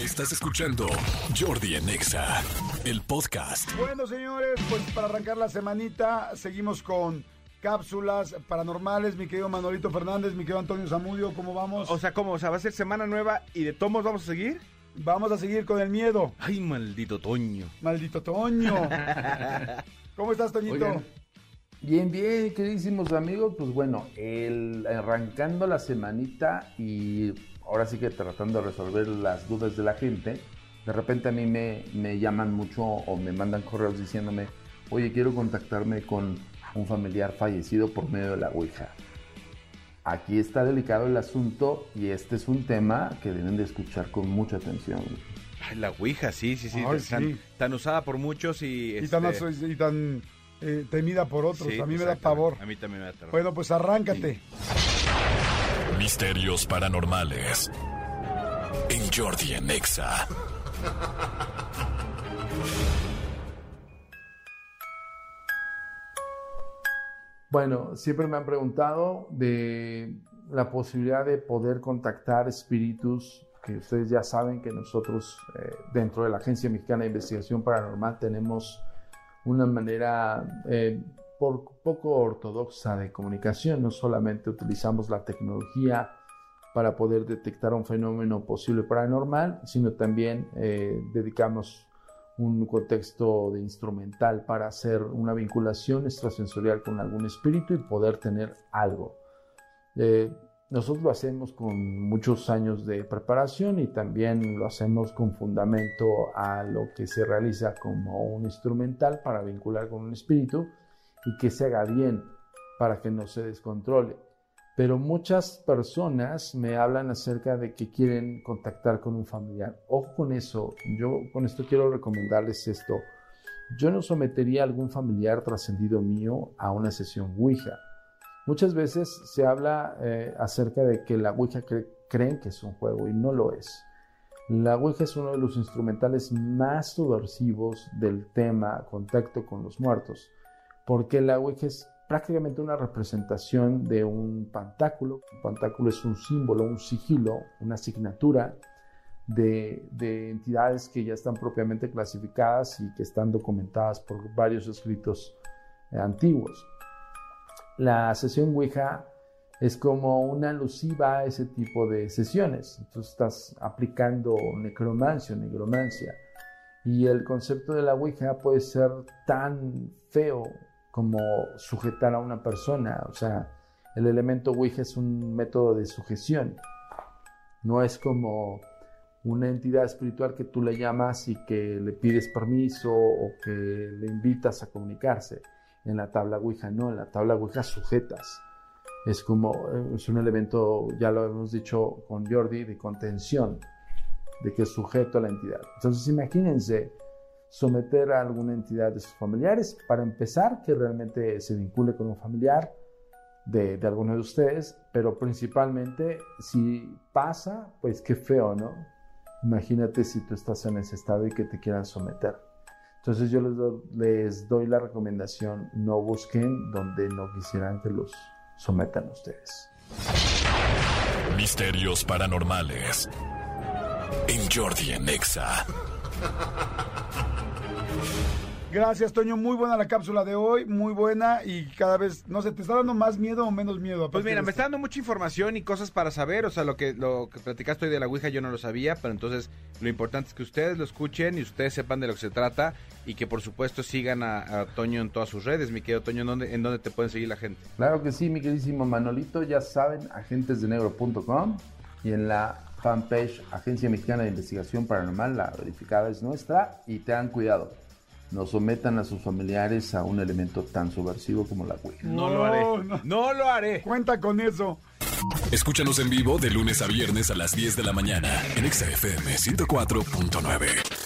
Estás escuchando Jordi en Exa, el podcast. Bueno, señores, pues para arrancar la semanita, seguimos con cápsulas paranormales. Mi querido Manolito Fernández, mi querido Antonio Zamudio, ¿cómo vamos? O sea, ¿cómo? O sea, ¿va a ser semana nueva y de tomos vamos a seguir? Vamos a seguir con el miedo. Ay, maldito Toño. Maldito Toño. ¿Cómo estás, Toñito? Oigan, bien, queridísimos amigos. Pues bueno, arrancando la semanita y ahora sí que tratando de resolver las dudas de la gente. De repente a mí me llaman mucho o me mandan correos diciéndome: oye, quiero contactarme con un familiar fallecido por medio de la Ouija. Aquí está delicado el asunto y este es un tema que deben de escuchar con mucha atención. Ay, la Ouija, sí. Ay, tan usada por muchos y tan temida por otros. Sí, a mí me da pavor. A mí también me da terror. Bueno, pues arráncate. Sí. Misterios paranormales en Jordi en Exa. Bueno, siempre me han preguntado de la posibilidad de poder contactar espíritus, que ustedes ya saben que nosotros dentro de la Agencia Mexicana de Investigación Paranormal tenemos una manera poco ortodoxa de comunicación. No solamente utilizamos la tecnología para poder detectar un fenómeno posible paranormal, sino también dedicamos un contexto de instrumental para hacer una vinculación extrasensorial con algún espíritu y poder tener algo. Nosotros lo hacemos con muchos años de preparación y también lo hacemos con fundamento a lo que se realiza como un instrumental para vincular con un espíritu y que se haga bien para que no se descontrole. Pero muchas personas me hablan acerca de que quieren contactar con un familiar. Ojo con eso, yo con esto quiero recomendarles esto. Yo no sometería a algún familiar trascendido mío a una sesión Ouija. Muchas veces se habla acerca de que la Ouija creen que es un juego y no lo es. La Ouija es uno de los instrumentales más subversivos del tema contacto con los muertos, porque la Ouija es prácticamente una representación de un pantáculo. Un pantáculo es un símbolo, un sigilo, una asignatura de entidades que ya están propiamente clasificadas y que están documentadas por varios escritos antiguos. La sesión Ouija es como una alusiva a ese tipo de sesiones. Entonces estás aplicando negromancia. Y el concepto de la Ouija puede ser tan feo como sujetar a una persona. O sea, el elemento Ouija es un método de sujeción. No es como una entidad espiritual que tú le llamas y que le pides permiso o que le invitas a comunicarse. En la tabla Ouija no, en la tabla Ouija sujetas. Es un elemento, ya lo hemos dicho con Jordi, de contención, de que es sujeto a la entidad. Entonces imagínense someter a alguna entidad de sus familiares, para empezar, que realmente se vincule con un familiar de alguno de ustedes, pero principalmente, si pasa, pues qué feo, ¿no? Imagínate si tú estás en ese estado y que te quieran someter. Entonces yo les doy la recomendación: no busquen donde no quisieran que los sometan a ustedes. Misterios paranormales en Jordi en Exa. Gracias, Toño. Muy buena la cápsula de hoy, muy buena, y cada vez, no sé, ¿te está dando más miedo o menos miedo? Pues mira, me está dando mucha información y cosas para saber. O sea, lo que platicaste hoy de la Ouija yo no lo sabía, pero entonces lo importante es que ustedes lo escuchen y ustedes sepan de lo que se trata y que por supuesto sigan a Toño en todas sus redes. Mi querido Toño, ¿en dónde te pueden seguir la gente? Claro que sí, mi queridísimo Manolito, ya saben, agentesdenegro.com y en la fanpage Agencia Mexicana de Investigación Paranormal, la verificada es nuestra, y tengan cuidado. No sometan a sus familiares a un elemento tan subversivo como la Ouija. No lo haré. No lo haré. Cuenta con eso. Escúchanos en vivo de lunes a viernes a las 10 de la mañana en Exa FM 104.9.